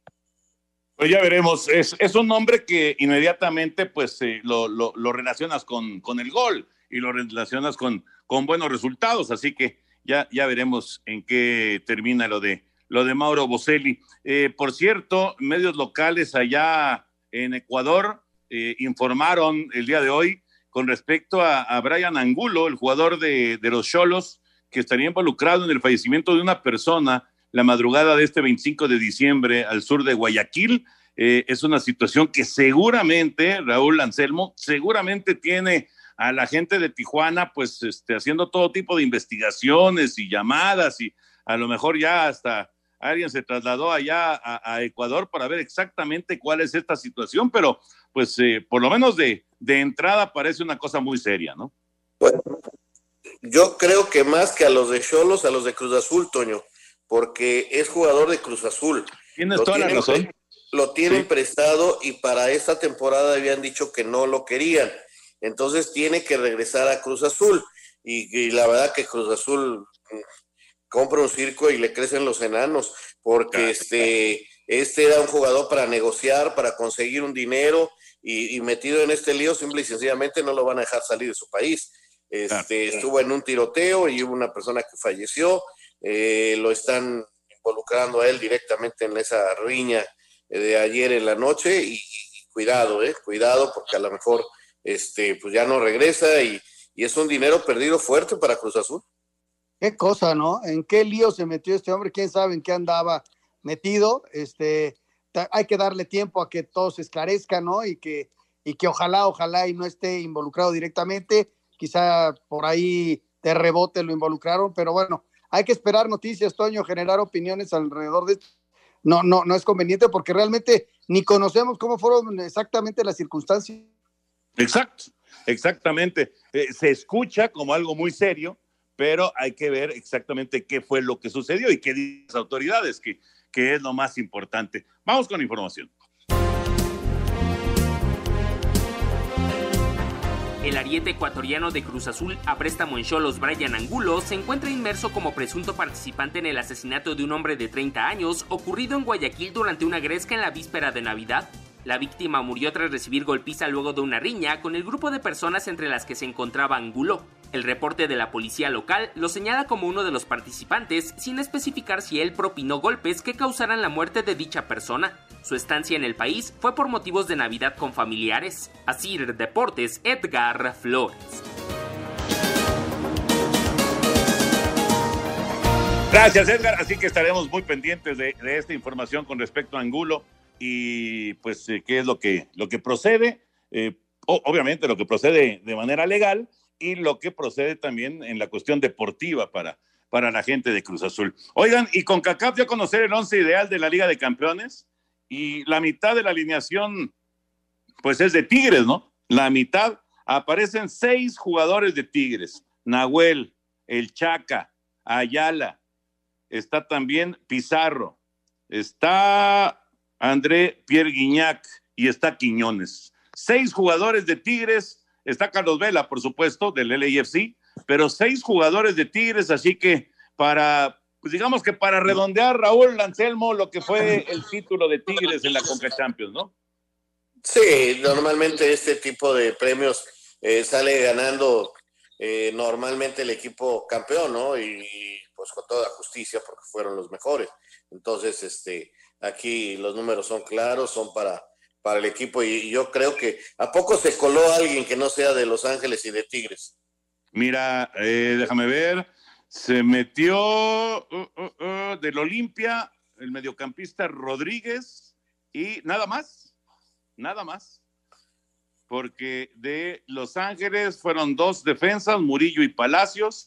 Pues ya veremos, es, es un nombre que inmediatamente pues eh, lo, lo, lo relacionas con, con el gol y lo relacionas con, con buenos resultados, así que ya, ya veremos en qué termina lo de lo de Mauro Boselli. Eh, por cierto, medios locales allá en Ecuador eh, informaron el día de hoy con respecto a, a Brian Angulo, el jugador de, de los Xolos, que estaría involucrado en el fallecimiento de una persona la madrugada de este veinticinco de diciembre al sur de Guayaquil. Eh, es una situación que seguramente, Raúl, Anselmo, seguramente tiene a la gente de Tijuana pues este, haciendo todo tipo de investigaciones y llamadas y a lo mejor ya hasta alguien se trasladó allá a, a Ecuador para ver exactamente cuál es esta situación, pero pues eh, por lo menos de, de entrada parece una cosa muy seria, ¿no? Bueno, yo creo que más que a los de Xolos, a los de Cruz Azul, Toño, porque es jugador de Cruz Azul. Tienes lo toda la razón. Lo tienen sí. prestado y para esta temporada habían dicho que no lo querían. Entonces tiene que regresar a Cruz Azul. Y, y la verdad que Cruz Azul compra un circo y le crecen los enanos, porque este, este era un jugador para negociar, para conseguir un dinero, y, y metido en este lío, simple y sencillamente no lo van a dejar salir de su país. Este, estuvo en un tiroteo y hubo una persona que falleció, eh, lo están involucrando a él directamente en esa riña de ayer en la noche, y, y cuidado, eh, cuidado, porque a lo mejor este, pues ya no regresa, y, y es un dinero perdido fuerte para Cruz Azul. Qué cosa, ¿no? ¿En qué lío se metió este hombre? ¿Quién sabe en qué andaba metido? Este, hay que darle tiempo a que todo se esclarezca, ¿no? Y que, y que ojalá, ojalá y no esté involucrado directamente. Quizá por ahí de rebote lo involucraron, pero bueno, hay que esperar noticias, Toño, generar opiniones alrededor de esto. No, no, no es conveniente porque realmente ni conocemos cómo fueron exactamente las circunstancias. Exacto, exactamente. Eh, se escucha como algo muy serio, pero hay que ver exactamente qué fue lo que sucedió y qué dicen las autoridades, que, que es lo más importante. Vamos con información. El ariete ecuatoriano de Cruz Azul a préstamo en Xolos, Brian Angulo, se encuentra inmerso como presunto participante en el asesinato de un hombre de treinta años ocurrido en Guayaquil durante una gresca en la víspera de Navidad. La víctima murió tras recibir golpiza luego de una riña con el grupo de personas entre las que se encontraba Angulo. El reporte de la policía local lo señala como uno de los participantes, sin especificar si él propinó golpes que causaran la muerte de dicha persona. Su estancia en el país fue por motivos de Navidad con familiares. Asir Deportes, Edgar Flores. Gracias, Edgar. Así que estaremos muy pendientes de, de esta información con respecto a Angulo y pues eh, qué es lo que, lo que procede. Eh, obviamente lo que procede de manera legal y lo que procede también en la cuestión deportiva para, para la gente de Cruz Azul. Oigan, y CONCACAF dio a conocer el once ideal de la Liga de Campeones y la mitad de la alineación pues es de Tigres, ¿no? La mitad, aparecen seis jugadores de Tigres, Nahuel, el Chaca, Ayala, está también Pizarro, está André Pierre Guignac y está Quiñones. Seis jugadores de Tigres, está Carlos Vela, por supuesto, del L A F C, pero seis jugadores de Tigres, así que para, pues digamos que para redondear, Raúl, Anselmo, lo que fue el título de Tigres en la Conca Champions, ¿no? Sí, normalmente este tipo de premios eh, sale ganando eh, normalmente el equipo campeón, ¿no? Y, y pues con toda justicia porque fueron los mejores. Entonces, este, aquí los números son claros, son para, para el equipo y, y yo creo que ¿a poco se coló alguien que no sea de Los Ángeles y de Tigres? Mira, eh, déjame ver, se metió uh, uh, uh, del Olimpia el mediocampista Rodríguez y nada más, nada más. Porque de Los Ángeles fueron dos defensas, Murillo y Palacios,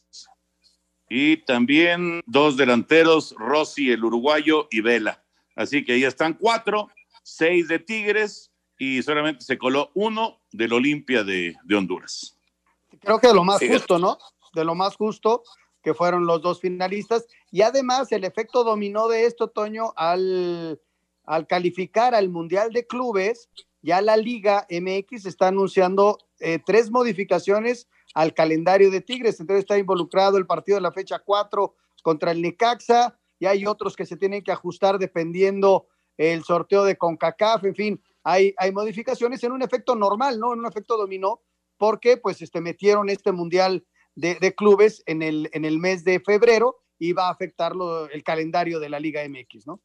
y también dos delanteros, Rossi, el uruguayo, y Vela. Así que ahí están cuatro, seis de Tigres, y solamente se coló uno del Olimpia de, de Honduras. Creo que de lo más Sí. justo, ¿no? De lo más justo, que fueron los dos finalistas, y además el efecto dominó de esto, Toño, al, al calificar al Mundial de Clubes. Ya la Liga M X está anunciando eh, tres modificaciones al calendario de Tigres. Entonces está involucrado el partido de la fecha cuatro contra el Necaxa, y hay otros que se tienen que ajustar dependiendo el sorteo de CONCACAF. En fin, hay, hay modificaciones en un efecto normal, ¿no? En un efecto dominó, porque pues este, metieron este Mundial de, de Clubes en el, en el mes de febrero y va a afectarlo el calendario de la Liga M X, ¿no?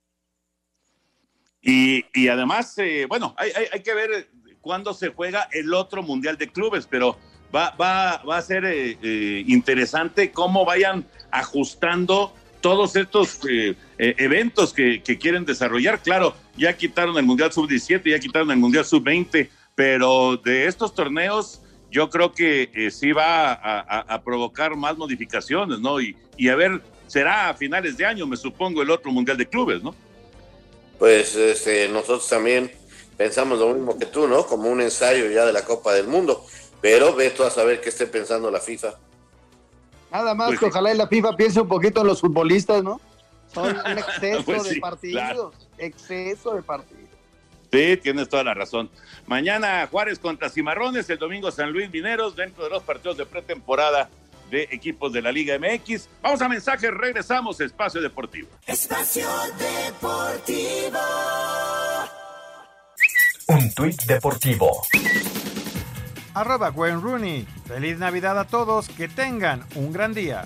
Y, y además, eh, bueno, hay, hay, hay que ver cuándo se juega el otro Mundial de Clubes, pero va, va, va a ser eh, eh, interesante cómo vayan ajustando todos estos eh, eh, eventos que, que quieren desarrollar. Claro, ya quitaron el Mundial sub diecisiete, ya quitaron el Mundial sub veinte, pero de estos torneos yo creo que eh, sí va a, a, a provocar más modificaciones, ¿no? Y, y a ver, será a finales de año, me supongo, el otro Mundial de Clubes, ¿no? Pues este, nosotros también pensamos lo mismo que tú, ¿no? Como un ensayo ya de la Copa del Mundo, pero ve tú a saber qué esté pensando la FIFA. Nada más Pues que sí. ojalá y la FIFA piense un poquito en los futbolistas, ¿no? Son un exceso Pues de sí, partidos, claro. exceso de partidos. Sí, tienes toda la razón. Mañana Juárez contra Cimarrones, el domingo San Luis Mineros, dentro de los partidos de pretemporada de equipos de la Liga M X. Vamos a mensajes, regresamos a Espacio Deportivo. Espacio Deportivo. Un tuit deportivo. Arroba Wayne Rooney. Feliz Navidad a todos, que tengan un gran día.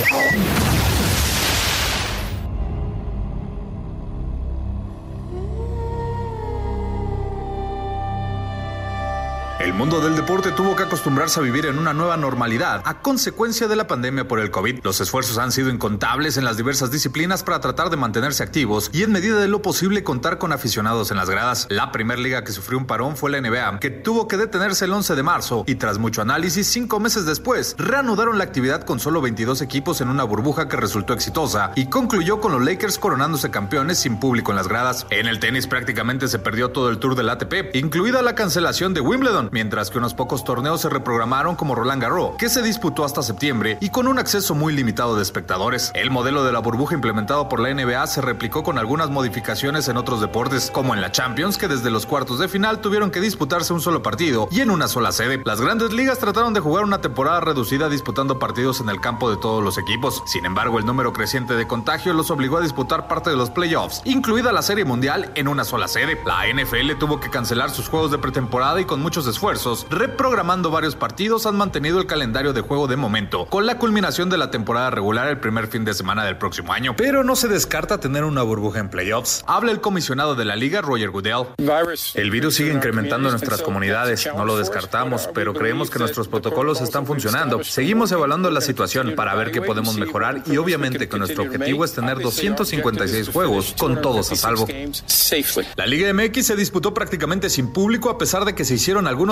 El mundo del deporte tuvo que acostumbrarse a vivir en una nueva normalidad a consecuencia de la pandemia por el COVID. Los esfuerzos han sido incontables en las diversas disciplinas para tratar de mantenerse activos y en medida de lo posible contar con aficionados en las gradas. La primer liga que sufrió un parón fue la N B A, que tuvo que detenerse el once de marzo y tras mucho análisis, cinco meses después, reanudaron la actividad con solo veintidós equipos en una burbuja que resultó exitosa y concluyó con los Lakers coronándose campeones sin público en las gradas. En el tenis prácticamente se perdió todo el tour del A T P, incluida la cancelación de Wimbledon, mientras que unos pocos torneos se reprogramaron como Roland Garros, que se disputó hasta septiembre y con un acceso muy limitado de espectadores. El modelo de la burbuja implementado por la N B A se replicó con algunas modificaciones en otros deportes, como en la Champions, que desde los cuartos de final tuvieron que disputarse un solo partido y en una sola sede. Las grandes ligas trataron de jugar una temporada reducida disputando partidos en el campo de todos los equipos. Sin embargo, el número creciente de contagios los obligó a disputar parte de los playoffs, incluida la Serie Mundial, en una sola sede. La N F L tuvo que cancelar sus juegos de pretemporada y con muchos esfuerzos, reprogramando varios partidos, han mantenido el calendario de juego de momento, con la culminación de la temporada regular el primer fin de semana del próximo año. Pero no se descarta tener una burbuja en playoffs. Habla el comisionado de la liga, Roger Goodell. El virus sigue incrementando en nuestras comunidades, no lo descartamos, pero creemos que nuestros protocolos están funcionando. Seguimos evaluando la situación para ver qué podemos mejorar y obviamente que nuestro objetivo es tener doscientos cincuenta y seis juegos con todos a salvo. La Liga M X se disputó prácticamente sin público a pesar de que se hicieron algunos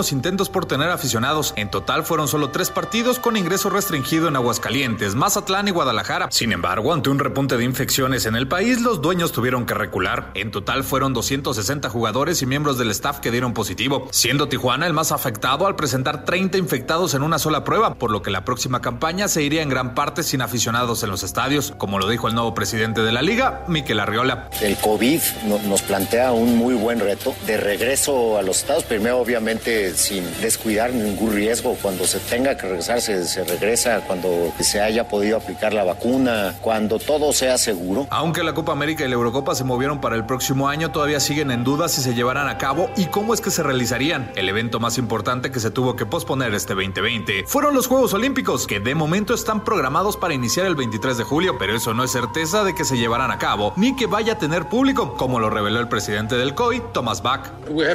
los intentos por tener aficionados. En total fueron solo tres partidos con ingreso restringido en Aguascalientes, Mazatlán y Guadalajara. Sin embargo, ante un repunte de infecciones en el país, los dueños tuvieron que recular. En total fueron doscientos sesenta jugadores y miembros del staff que dieron positivo, siendo Tijuana el más afectado al presentar treinta infectados en una sola prueba, por lo que la próxima campaña se iría en gran parte sin aficionados en los estadios, como lo dijo el nuevo presidente de la liga, Mikel Arriola. El COVID no, nos plantea un muy buen reto de regreso a los estados, primero obviamente sin descuidar ningún riesgo. Cuando se tenga que regresar se, se regresa, cuando se haya podido aplicar la vacuna, cuando todo sea seguro. Aunque la Copa América y la Eurocopa se movieron para el próximo año, todavía siguen en duda si se llevarán a cabo y cómo es que se realizarían. El evento más importante que se tuvo que posponer este veinte veinte fueron los Juegos Olímpicos, que de momento están programados para iniciar el veintitrés de julio, pero eso no es certeza de que se llevarán a cabo ni que vaya a tener público, como lo reveló el presidente del C O I, Thomas Bach.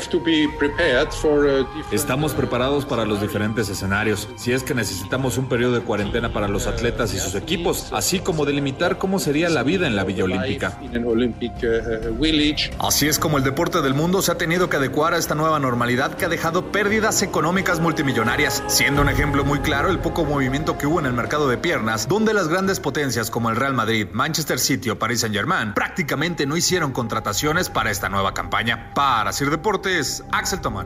Estamos preparados para los diferentes escenarios, si es que necesitamos un periodo de cuarentena para los atletas y sus equipos, así como delimitar cómo sería la vida en la Villa Olímpica. Así es como el deporte del mundo se ha tenido que adecuar a esta nueva normalidad que ha dejado pérdidas económicas multimillonarias, siendo un ejemplo muy claro el poco movimiento que hubo en el mercado de piernas, donde las grandes potencias como el Real Madrid, Manchester City o Paris Saint-Germain prácticamente no hicieron contrataciones para esta nueva campaña. Para Sir Deportes, Axel Tomán.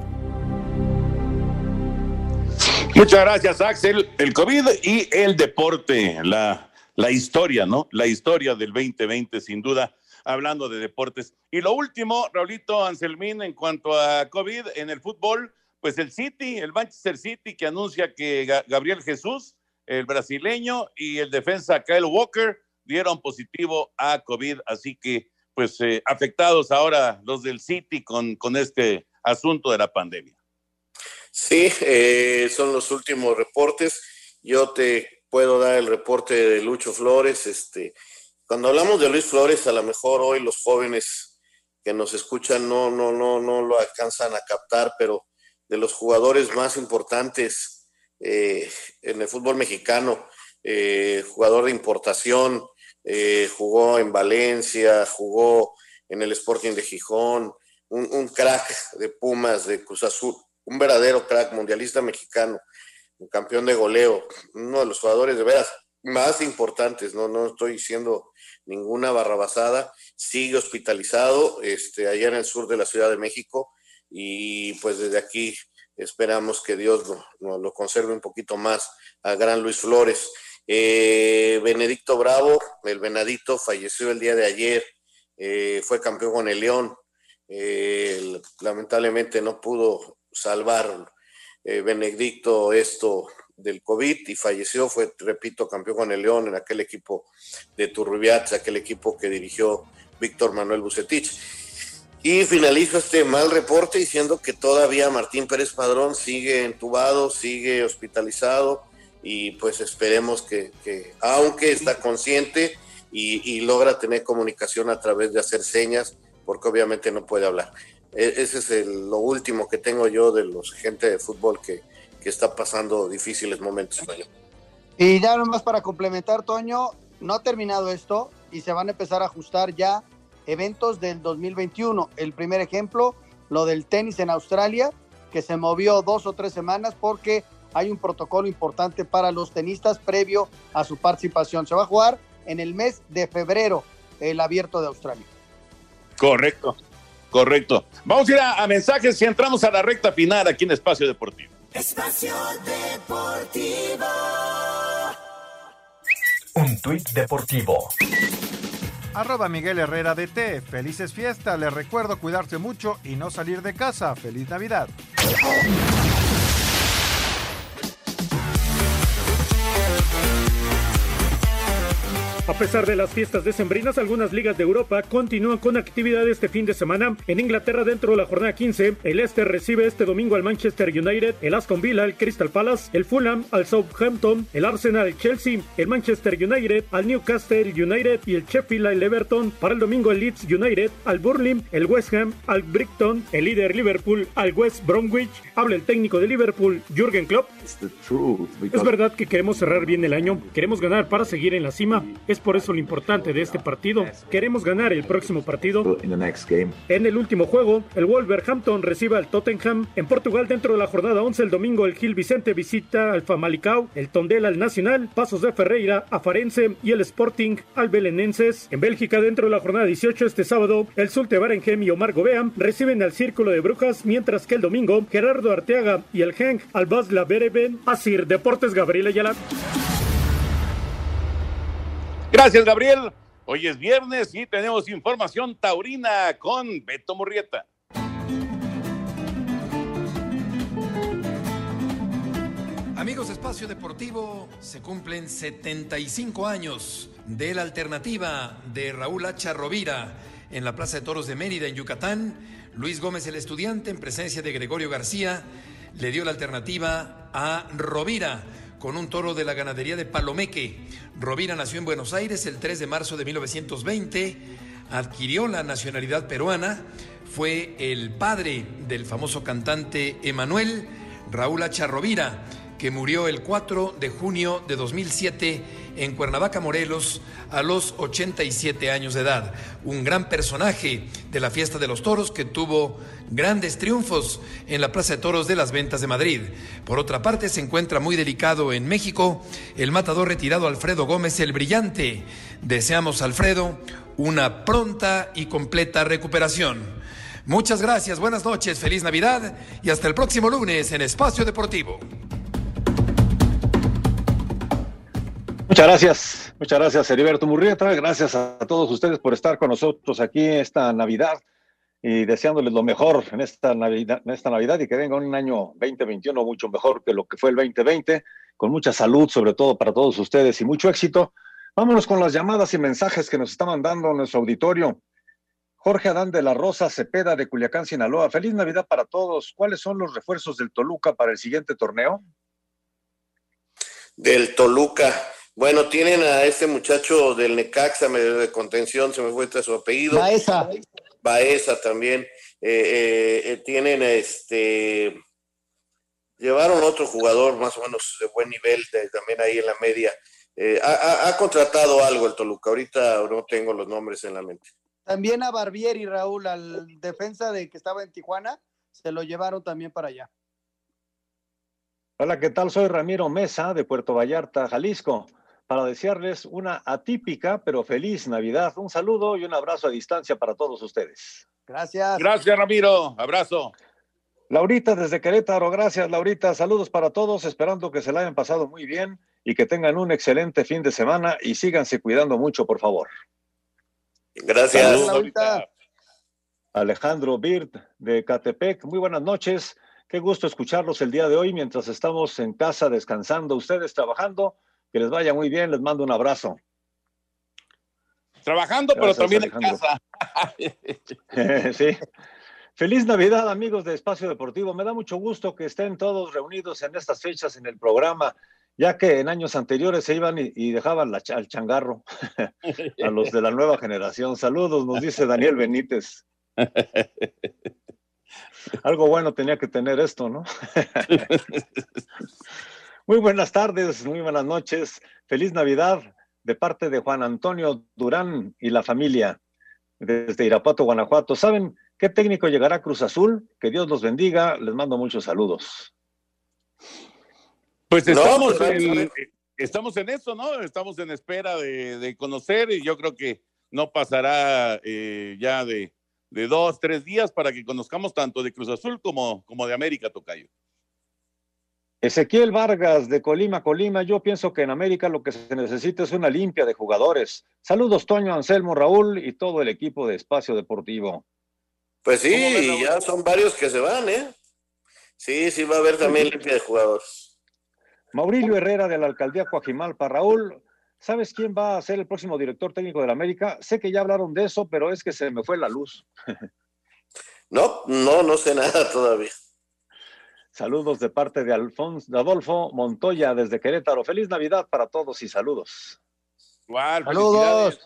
Muchas gracias, Axel. El COVID y el deporte, la, la historia, ¿no? La historia del veinte veinte, sin duda, hablando de deportes. Y lo último, Raulito, Anselmín, en cuanto a COVID en el fútbol, pues el City, el Manchester City, que anuncia que Gabriel Jesús, el brasileño, y el defensa Kyle Walker dieron positivo a COVID, así que pues eh, afectados ahora los del City con, con este asunto de la pandemia. Sí, eh, son los últimos reportes. Yo te puedo dar el reporte de Lucho Flores. Este, cuando hablamos de Luis Flores, a lo mejor hoy los jóvenes que nos escuchan no, no, no, no lo alcanzan a captar, pero de los jugadores más importantes eh, en el fútbol mexicano, eh, jugador de importación, eh, jugó en Valencia, jugó en el Sporting de Gijón, un, un crack de Pumas, de Cruz Azul, un verdadero crack, mundialista mexicano, un campeón de goleo, uno de los jugadores de veras más importantes, no, no estoy diciendo ninguna barrabasada, sigue hospitalizado este, allá en el sur de la Ciudad de México, y pues desde aquí esperamos que Dios lo, lo, lo conserve un poquito más a gran Luis Flores. Eh, Benedicto Bravo, el Venadito, falleció el día de ayer, eh, fue campeón con el León, eh, lamentablemente no pudo salvar eh, Benedicto esto del COVID y falleció, fue, repito, campeón con el León en aquel equipo de Turrubiats, aquel equipo que dirigió Víctor Manuel Bucetich. Y finalizo este mal reporte diciendo que todavía Martín Pérez Padrón sigue entubado, sigue hospitalizado, y pues esperemos que, que aunque está consciente y, y logra tener comunicación a través de hacer señas, porque obviamente no puede hablar. Ese es el, lo último que tengo yo de los gente de fútbol que, que está pasando difíciles momentos, Toño. Y ya nomás para complementar, Toño, no ha terminado esto y se van a empezar a ajustar ya eventos del dos mil veintiuno. El primer ejemplo, lo del tenis en Australia, que se movió dos o tres semanas porque hay un protocolo importante para los tenistas previo a su participación. Se va a jugar en el mes de febrero el Abierto de Australia. Correcto, correcto. Vamos a ir a, a mensajes y entramos a la recta final aquí en Espacio Deportivo. Espacio Deportivo. Un tuit deportivo. Arroba Miguel Herrera D T. Felices fiestas. Les recuerdo cuidarse mucho y no salir de casa. Feliz Navidad. A pesar de las fiestas decembrinas, algunas ligas de Europa continúan con actividad este fin de semana. En Inglaterra, dentro de la jornada quince, el Leicester recibe este domingo al Manchester United, el Aston Villa al Crystal Palace, el Fulham al Southampton, el Arsenal al Chelsea, el Manchester United al Newcastle United y el Sheffield al Everton. Para el domingo, el Leeds United al Burnley, el West Ham al Brighton, el líder Liverpool al West Bromwich. Habla el técnico de Liverpool, Jürgen Klopp. Es verdad que queremos cerrar bien el año, queremos ganar para seguir en la cima. Es por eso lo importante de este partido. Queremos ganar el próximo partido. En el último juego, el Wolverhampton recibe al Tottenham. En Portugal, dentro de la jornada once, el domingo, el Gil Vicente visita al Famalicão, el Tondela al Nacional, Pasos de Ferreira a Farense y el Sporting al Belenenses. En Bélgica, dentro de la jornada dieciocho, este sábado, el Zulte Waregem y Omar Gobea reciben al Círculo de Brujas, mientras que el domingo, Gerardo Arteaga y el Genk al Basla Bereven. Asir Deportes, Gabriel Ayala. Gracias, Gabriel. Hoy es viernes y tenemos información taurina con Beto Murrieta. Amigos de Espacio Deportivo, se cumplen setenta y cinco años de la alternativa de Raúl Hacha Rovira en la Plaza de Toros de Mérida, en Yucatán. Luis Gómez, el estudiante, en presencia de Gregorio García, le dio la alternativa a Rovira con un toro de la ganadería de Palomeque. Rovira nació en Buenos Aires el tres de marzo de mil novecientos veinte, adquirió la nacionalidad peruana, fue el padre del famoso cantante Emanuel Raúl Hacha Rovira, que murió el cuatro de junio de dos mil siete en Cuernavaca, Morelos, a los ochenta y siete años de edad. Un gran personaje de la fiesta de los toros que tuvo grandes triunfos en la Plaza de Toros de las Ventas de Madrid. Por otra parte, se encuentra muy delicado en México el matador retirado Alfredo Gómez el Brillante. Deseamos, Alfredo, una pronta y completa recuperación. Muchas gracias, buenas noches, feliz Navidad y hasta el próximo lunes en Espacio Deportivo. Muchas gracias, muchas gracias, Heriberto Murrieta. Gracias a todos ustedes por estar con nosotros aquí esta Navidad y deseándoles lo mejor en esta Navidad, en esta Navidad y que venga un año veinte veintiuno mucho mejor que lo que fue el veinte veinte, con mucha salud, sobre todo para todos ustedes y mucho éxito. Vámonos con las llamadas y mensajes que nos está mandando nuestro auditorio. Jorge Adán de la Rosa Cepeda de Culiacán, Sinaloa. Feliz Navidad para todos. ¿Cuáles son los refuerzos del Toluca para el siguiente torneo? Del Toluca. Bueno, tienen a este muchacho del Necaxa, medio de contención, se me fue su apellido. Baeza. Baeza también. Eh, eh, tienen este... Llevaron otro jugador más o menos de buen nivel, de, también ahí en la media. Eh, ha, ha, ha contratado algo el Toluca, ahorita no tengo los nombres en la mente. También a Barbieri, Raúl, al defensa de que estaba en Tijuana, se lo llevaron también para allá. Hola, ¿qué tal? Soy Ramiro Mesa de Puerto Vallarta, Jalisco, para desearles una atípica pero feliz Navidad. Un saludo y un abrazo a distancia para todos ustedes. Gracias. Gracias, Ramiro. Abrazo. Laurita desde Querétaro, gracias, Laurita. Saludos para todos, esperando que se la hayan pasado muy bien y que tengan un excelente fin de semana y síganse cuidando mucho, por favor. Gracias. Saludos, Laurita. Alejandro Birt de Catepec, muy buenas noches. Qué gusto escucharlos el día de hoy mientras estamos en casa descansando, ustedes trabajando. Que les vaya muy bien, les mando un abrazo. Trabajando, gracias, pero también Alejandro. En casa. Sí. Feliz Navidad, amigos de Espacio Deportivo. Me da mucho gusto que estén todos reunidos en estas fechas en el programa, ya que en años anteriores se iban y, y dejaban la, al changarro a los de la nueva generación. Saludos, nos dice Daniel Benítez. Algo bueno tenía que tener esto, ¿no? Muy buenas tardes, muy buenas noches. Feliz Navidad de parte de Juan Antonio Durán y la familia desde Irapuato, Guanajuato. ¿Saben qué técnico llegará a Cruz Azul? Que Dios los bendiga. Les mando muchos saludos. Pues estamos, no, en, estamos en eso, ¿no? Estamos en espera de, de conocer y yo creo que no pasará eh, ya de, de dos, tres días para que conozcamos tanto de Cruz Azul como, como de América, tocayo. Ezequiel Vargas de Colima, Colima. Yo pienso que en América lo que se necesita es una limpia de jugadores. Saludos, Toño, Anselmo, Raúl y todo el equipo de Espacio Deportivo. Pues sí, ya son varios que se van, ¿eh? Sí, sí va a haber también limpia de jugadores. Maurilio Herrera de la Alcaldía Coajimalpa. Raúl, ¿sabes quién va a ser el próximo director técnico de la América? Sé que ya hablaron de eso, pero es que se me fue la luz. No, no, no sé nada todavía. Saludos de parte de, Alfonso, de Adolfo Montoya desde Querétaro. Feliz Navidad para todos y saludos. Igual, saludos.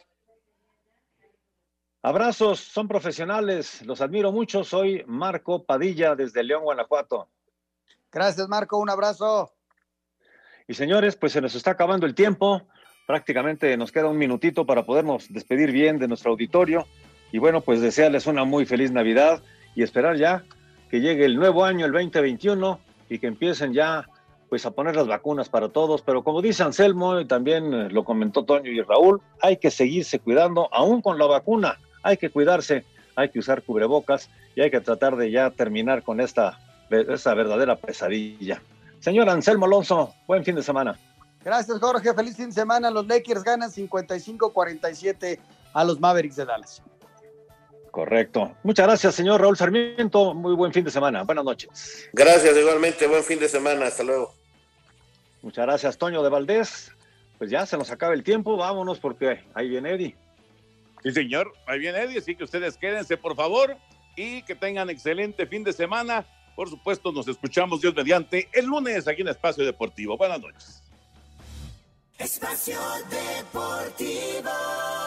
Abrazos, son profesionales, los admiro mucho. Soy Marco Padilla desde León, Guanajuato. Gracias, Marco, un abrazo. Y señores, pues se nos está acabando el tiempo. prácticamente nos queda un minutito para podernos despedir bien de nuestro auditorio. Y bueno, pues desearles una muy feliz Navidad y esperar ya que llegue el nuevo año, el veinte veintiuno, y que empiecen ya pues a poner las vacunas para todos. Pero como dice Anselmo, y también lo comentó Toño y Raúl, hay que seguirse cuidando, aún con la vacuna, hay que cuidarse, hay que usar cubrebocas y hay que tratar de ya terminar con esta, esta verdadera pesadilla. Señor Anselmo Alonso, buen fin de semana. Gracias, Jorge, feliz fin de semana. Los Lakers ganan cincuenta y cinco cuarenta y siete a los Mavericks de Dallas. Correcto. Muchas gracias, señor Raúl Sarmiento. Muy buen fin de semana. Buenas noches. Gracias, igualmente. Buen fin de semana. Hasta luego. Muchas gracias, Toño de Valdés. Pues ya se nos acaba el tiempo. Vámonos porque ahí viene Eddie. Sí, señor. Ahí viene Eddie. Así que ustedes quédense, por favor, y que tengan excelente fin de semana. Por supuesto, nos escuchamos, Dios mediante, el lunes aquí en Espacio Deportivo. Buenas noches. Espacio Deportivo.